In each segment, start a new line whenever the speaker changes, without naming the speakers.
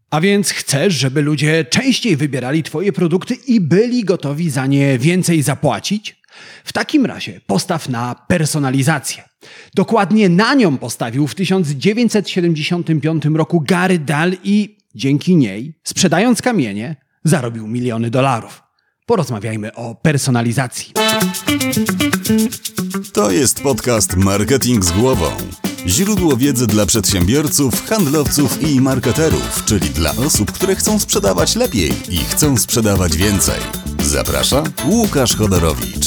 A więc chcesz, żeby ludzie częściej wybierali Twoje produkty i byli gotowi za nie więcej zapłacić? W takim razie postaw na personalizację. Dokładnie na nią postawił w 1975 roku Gary Dahl i dzięki niej, sprzedając kamienie, zarobił miliony dolarów. Porozmawiajmy o personalizacji.
To jest podcast Marketing z głową. Źródło wiedzy dla przedsiębiorców, handlowców i marketerów, czyli dla osób, które chcą sprzedawać lepiej i chcą sprzedawać więcej. Zaprasza Łukasz Chodorowicz.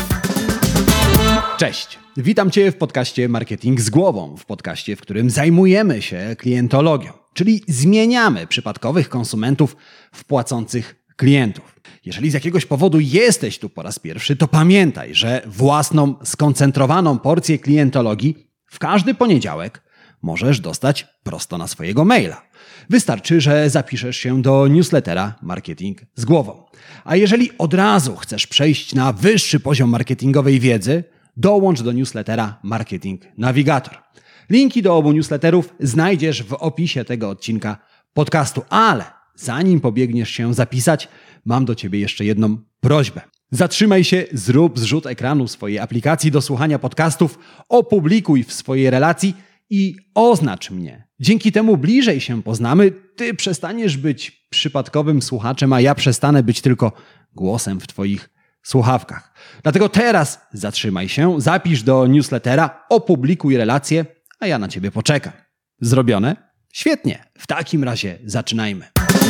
Cześć, witam Cię w podcaście Marketing z głową, w podcaście, w którym zajmujemy się klientologią, czyli zmieniamy przypadkowych konsumentów w płacących klientów. Jeżeli z jakiegoś powodu jesteś tu po raz pierwszy, to pamiętaj, że własną, skoncentrowaną porcję klientologii w każdy poniedziałek możesz dostać prosto na swojego maila. Wystarczy, że zapiszesz się do newslettera Marketing z głową. A jeżeli od razu chcesz przejść na wyższy poziom marketingowej wiedzy, dołącz do newslettera Marketing Navigator. Linki do obu newsletterów znajdziesz w opisie tego odcinka podcastu, ale zanim pobiegniesz się zapisać, mam do Ciebie jeszcze jedną prośbę. Zatrzymaj się, zrób zrzut ekranu swojej aplikacji do słuchania podcastów, opublikuj w swojej relacji i oznacz mnie. Dzięki temu bliżej się poznamy, Ty przestaniesz być przypadkowym słuchaczem, a ja przestanę być tylko głosem w Twoich słuchawkach. Dlatego teraz zatrzymaj się, zapisz do newslettera, opublikuj relację, a ja na Ciebie poczekam. Zrobione? Świetnie. W takim razie zaczynajmy.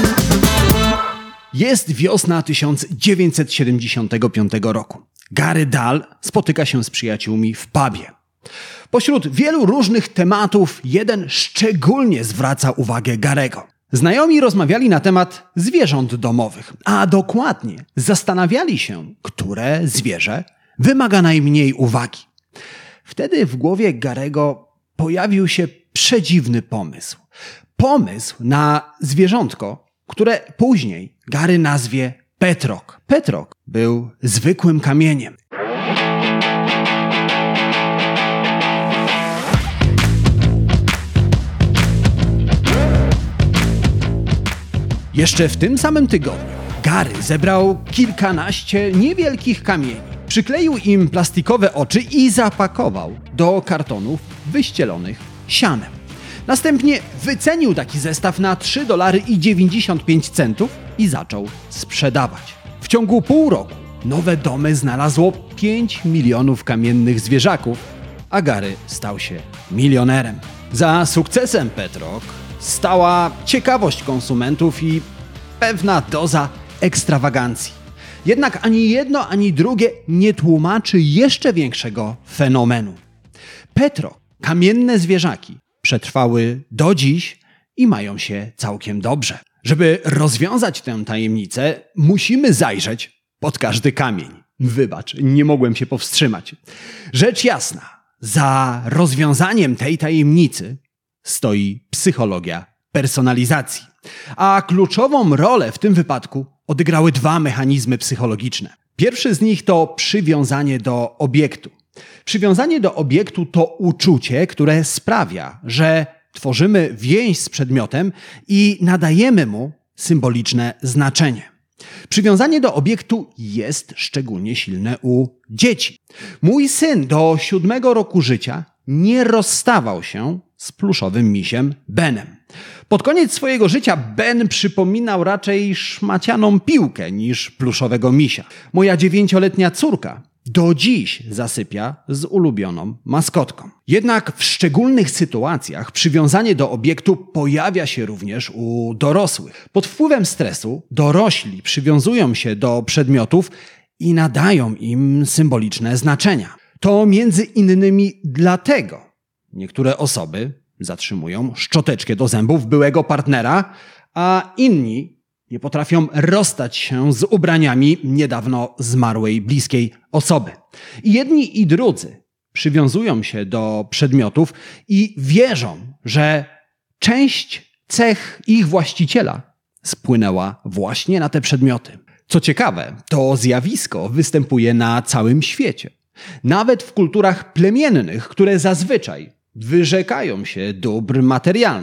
Jest wiosna 1975 roku. Gary Dahl spotyka się z przyjaciółmi w pubie. Pośród wielu różnych tematów jeden szczególnie zwraca uwagę Garego. Znajomi rozmawiali na temat zwierząt domowych, a dokładnie zastanawiali się, które zwierzę wymaga najmniej uwagi. Wtedy w głowie Garego pojawił się przedziwny pomysł. Pomysł na zwierzątko, które później Gary nazwie Petrock. Petrock był zwykłym kamieniem. Jeszcze w tym samym tygodniu Gary zebrał kilkanaście niewielkich kamieni, przykleił im plastikowe oczy i zapakował do kartonów wyścielonych sianem. Następnie wycenił taki zestaw na $3,95 i zaczął sprzedawać. W ciągu pół roku nowe domy znalazło 5 milionów kamiennych zwierzaków, a Gary stał się milionerem. Za sukcesem Petrock stała ciekawość konsumentów i pewna doza ekstrawagancji. Jednak ani jedno, ani drugie nie tłumaczy jeszcze większego fenomenu. Petrock, kamienne zwierzaki, przetrwały do dziś i mają się całkiem dobrze. Żeby rozwiązać tę tajemnicę, musimy zajrzeć pod każdy kamień. Wybacz, nie mogłem się powstrzymać. Rzecz jasna, za rozwiązaniem tej tajemnicy stoi psychologia personalizacji. A kluczową rolę w tym wypadku odegrały dwa mechanizmy psychologiczne. Pierwszy z nich to przywiązanie do obiektu. Przywiązanie do obiektu to uczucie, które sprawia, że tworzymy więź z przedmiotem i nadajemy mu symboliczne znaczenie. Przywiązanie do obiektu jest szczególnie silne u dzieci. Mój syn do 7 roku życia nie rozstawał się z pluszowym misiem Benem. Pod koniec swojego życia Ben przypominał raczej szmacianą piłkę niż pluszowego misia. Moja 9-letnia córka do dziś zasypia z ulubioną maskotką. Jednak w szczególnych sytuacjach przywiązanie do obiektu pojawia się również u dorosłych. Pod wpływem stresu dorośli przywiązują się do przedmiotów i nadają im symboliczne znaczenia. To między innymi dlatego niektóre osoby zatrzymują szczoteczkę do zębów byłego partnera, a inni nie potrafią rozstać się z ubraniami niedawno zmarłej bliskiej osoby. I jedni i drudzy przywiązują się do przedmiotów i wierzą, że część cech ich właściciela spłynęła właśnie na te przedmioty. Co ciekawe, to zjawisko występuje na całym świecie. Nawet w kulturach plemiennych, które zazwyczaj wyrzekają się dóbr materialnych.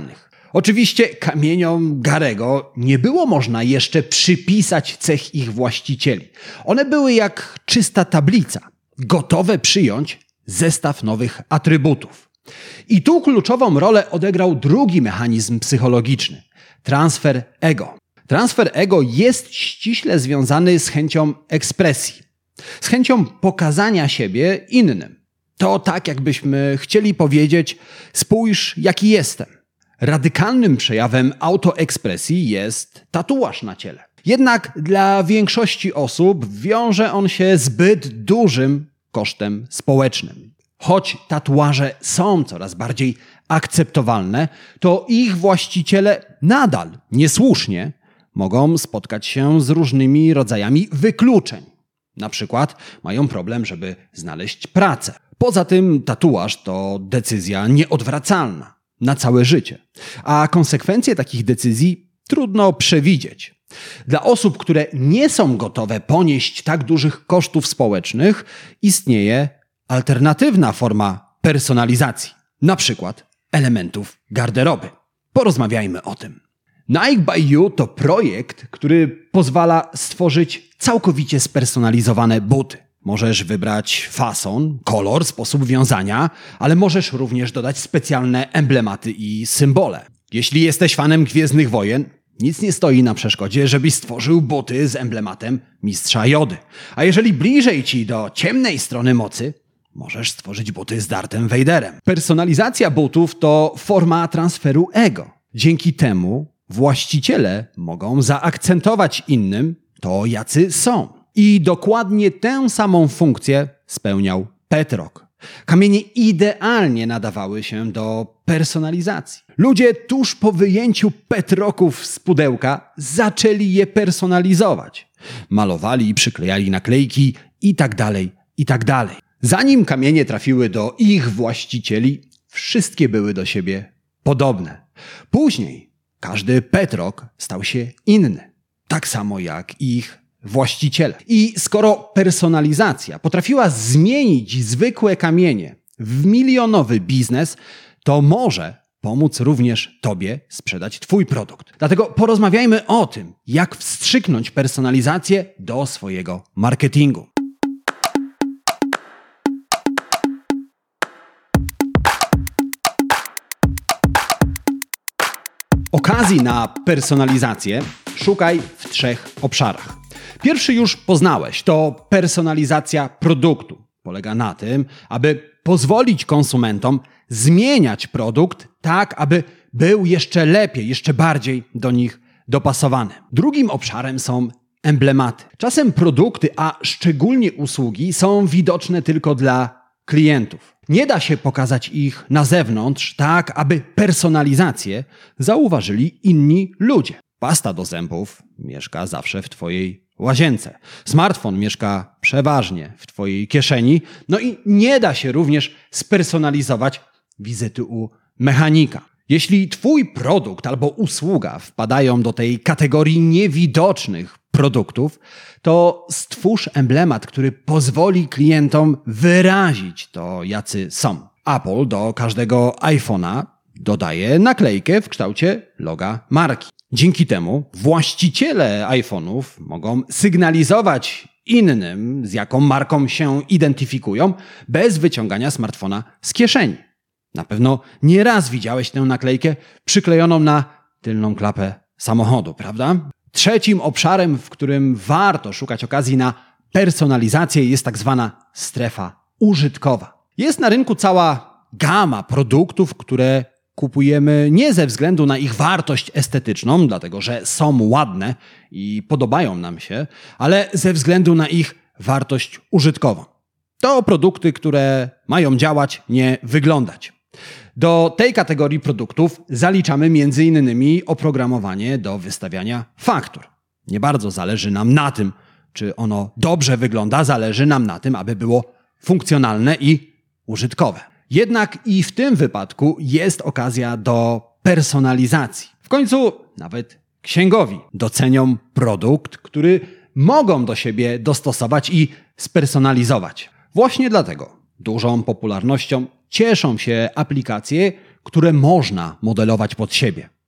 Oczywiście kamieniom Garego nie było można jeszcze przypisać cech ich właścicieli. One były jak czysta tablica, gotowe przyjąć zestaw nowych atrybutów. I tu kluczową rolę odegrał drugi mechanizm psychologiczny – transfer ego. Transfer ego jest ściśle związany z chęcią ekspresji, z chęcią pokazania siebie innym. To tak, jakbyśmy chcieli powiedzieć: spójrz, jaki jestem. Radykalnym przejawem autoekspresji jest tatuaż na ciele. Jednak dla większości osób wiąże on się zbyt dużym kosztem społecznym. Choć tatuaże są coraz bardziej akceptowalne, to ich właściciele nadal niesłusznie mogą spotkać się z różnymi rodzajami wykluczeń. Na przykład mają problem, żeby znaleźć pracę. Poza tym tatuaż to decyzja nieodwracalna na całe życie, a konsekwencje takich decyzji trudno przewidzieć. Dla osób, które nie są gotowe ponieść tak dużych kosztów społecznych, istnieje alternatywna forma personalizacji, na przykład elementów garderoby. Porozmawiajmy o tym. Nike by You to projekt, który pozwala stworzyć całkowicie spersonalizowane buty. Możesz wybrać fason, kolor, sposób wiązania, ale możesz również dodać specjalne emblematy i symbole. Jeśli jesteś fanem Gwiezdnych Wojen, nic nie stoi na przeszkodzie, żebyś stworzył buty z emblematem Mistrza Jody. A jeżeli bliżej ci do ciemnej strony mocy, możesz stworzyć buty z Darthem Vaderem. Personalizacja butów to forma transferu ego. Dzięki temu właściciele mogą zaakcentować innym to, jacy są. I dokładnie tę samą funkcję spełniał Petrock. Kamienie idealnie nadawały się do personalizacji. Ludzie tuż po wyjęciu Petrocków z pudełka zaczęli je personalizować. Malowali, przyklejali naklejki itd. Zanim kamienie trafiły do ich właścicieli, wszystkie były do siebie podobne. Później każdy Petrock stał się inny, tak samo jak ich właściciele. I skoro personalizacja potrafiła zmienić zwykłe kamienie w milionowy biznes, to może pomóc również Tobie sprzedać Twój produkt. Dlatego porozmawiajmy o tym, jak wstrzyknąć personalizację do swojego marketingu. Okazji na personalizację szukaj w 3 obszarach. Pierwszy już poznałeś, to personalizacja produktu. Polega na tym, aby pozwolić konsumentom zmieniać produkt tak, aby był jeszcze lepiej, jeszcze bardziej do nich dopasowany. Drugim obszarem są emblematy. Czasem produkty, a szczególnie usługi, są widoczne tylko dla klientów. Nie da się pokazać ich na zewnątrz tak, aby personalizację zauważyli inni ludzie. Pasta do zębów mieszka zawsze w Twojej łazience. Smartfon mieszka przeważnie w Twojej kieszeni. No i nie da się również spersonalizować wizyty u mechanika. Jeśli Twój produkt albo usługa wpadają do tej kategorii niewidocznych produktów, to stwórz emblemat, który pozwoli klientom wyrazić to, jacy są. Apple do każdego iPhone'a dodaje naklejkę w kształcie loga marki. Dzięki temu właściciele iPhone'ów mogą sygnalizować innym, z jaką marką się identyfikują, bez wyciągania smartfona z kieszeni. Na pewno nieraz widziałeś tę naklejkę przyklejoną na tylną klapę samochodu, prawda? Trzecim obszarem, w którym warto szukać okazji na personalizację, jest tak zwana strefa użytkowa. Jest na rynku cała gama produktów, które kupujemy nie ze względu na ich wartość estetyczną, dlatego że są ładne i podobają nam się, ale ze względu na ich wartość użytkową. To produkty, które mają działać, nie wyglądać. Do tej kategorii produktów zaliczamy m.in. oprogramowanie do wystawiania faktur. Nie bardzo zależy nam na tym, czy ono dobrze wygląda, zależy nam na tym, aby było funkcjonalne i użytkowe. Jednak i w tym wypadku jest okazja do personalizacji. W końcu nawet księgowi docenią produkt, który mogą do siebie dostosować i spersonalizować. Właśnie dlatego dużą popularnością cieszą się aplikacje, które można modelować pod siebie.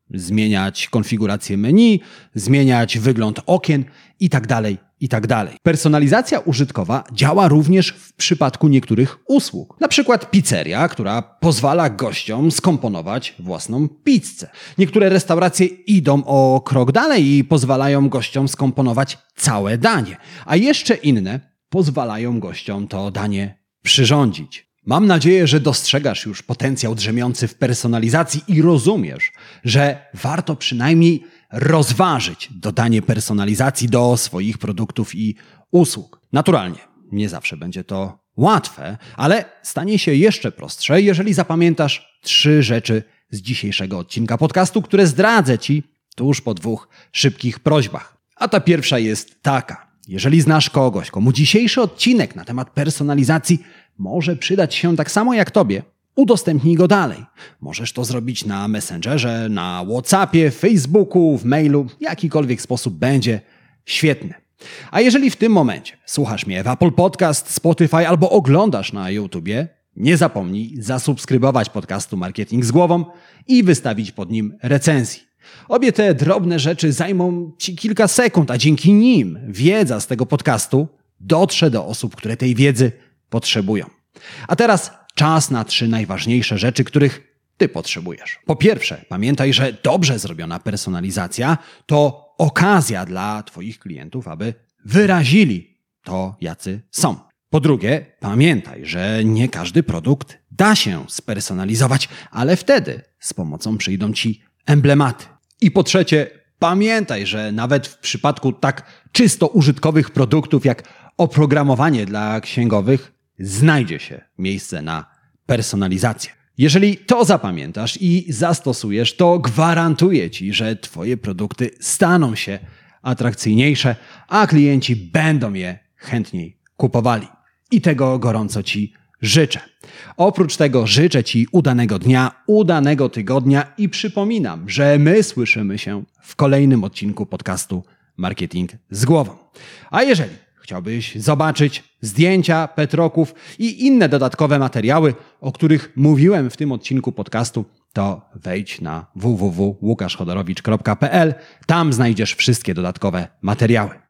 zmieniać konfigurację menu, zmieniać wygląd okien itd. Personalizacja użytkowa działa również w przypadku niektórych usług. Na przykład pizzeria, która pozwala gościom skomponować własną pizzę. Niektóre restauracje idą o krok dalej i pozwalają gościom skomponować całe danie, a jeszcze inne pozwalają gościom to danie przyrządzić. Mam nadzieję, że dostrzegasz już potencjał drzemiący w personalizacji i rozumiesz, że warto przynajmniej rozważyć dodanie personalizacji do swoich produktów i usług. Naturalnie, nie zawsze będzie to łatwe, ale stanie się jeszcze prostsze, jeżeli zapamiętasz 3 rzeczy z dzisiejszego odcinka podcastu, które zdradzę Ci tuż po 2 szybkich prośbach. A ta pierwsza jest taka. Jeżeli znasz kogoś, komu dzisiejszy odcinek na temat personalizacji może przydać się tak samo jak Tobie, udostępnij go dalej. Możesz to zrobić na Messengerze, na WhatsAppie, Facebooku, w mailu. Jakikolwiek sposób będzie świetny. A jeżeli w tym momencie słuchasz mnie w Apple Podcast, Spotify albo oglądasz na YouTubie, nie zapomnij zasubskrybować podcastu Marketing z Głową i wystawić pod nim recenzji. Obie te drobne rzeczy zajmą Ci kilka sekund, a dzięki nim wiedza z tego podcastu dotrze do osób, które tej wiedzy potrzebują. A teraz czas na 3 najważniejsze rzeczy, których Ty potrzebujesz. Po pierwsze, pamiętaj, że dobrze zrobiona personalizacja to okazja dla Twoich klientów, aby wyrazili to, jacy są. Po drugie, pamiętaj, że nie każdy produkt da się spersonalizować, ale wtedy z pomocą przyjdą Ci emblematy. I po trzecie, pamiętaj, że nawet w przypadku tak czysto użytkowych produktów jak oprogramowanie dla księgowych znajdzie się miejsce na personalizację. Jeżeli to zapamiętasz i zastosujesz, to gwarantuję Ci, że Twoje produkty staną się atrakcyjniejsze, a klienci będą je chętniej kupowali. I tego gorąco Ci życzę. Oprócz tego życzę Ci udanego dnia, udanego tygodnia i przypominam, że my słyszymy się w kolejnym odcinku podcastu Marketing z Głową. A jeżeli chciałbyś zobaczyć zdjęcia Petroków i inne dodatkowe materiały, o których mówiłem w tym odcinku podcastu, to wejdź na www.łukaszchodorowicz.pl. Tam znajdziesz wszystkie dodatkowe materiały.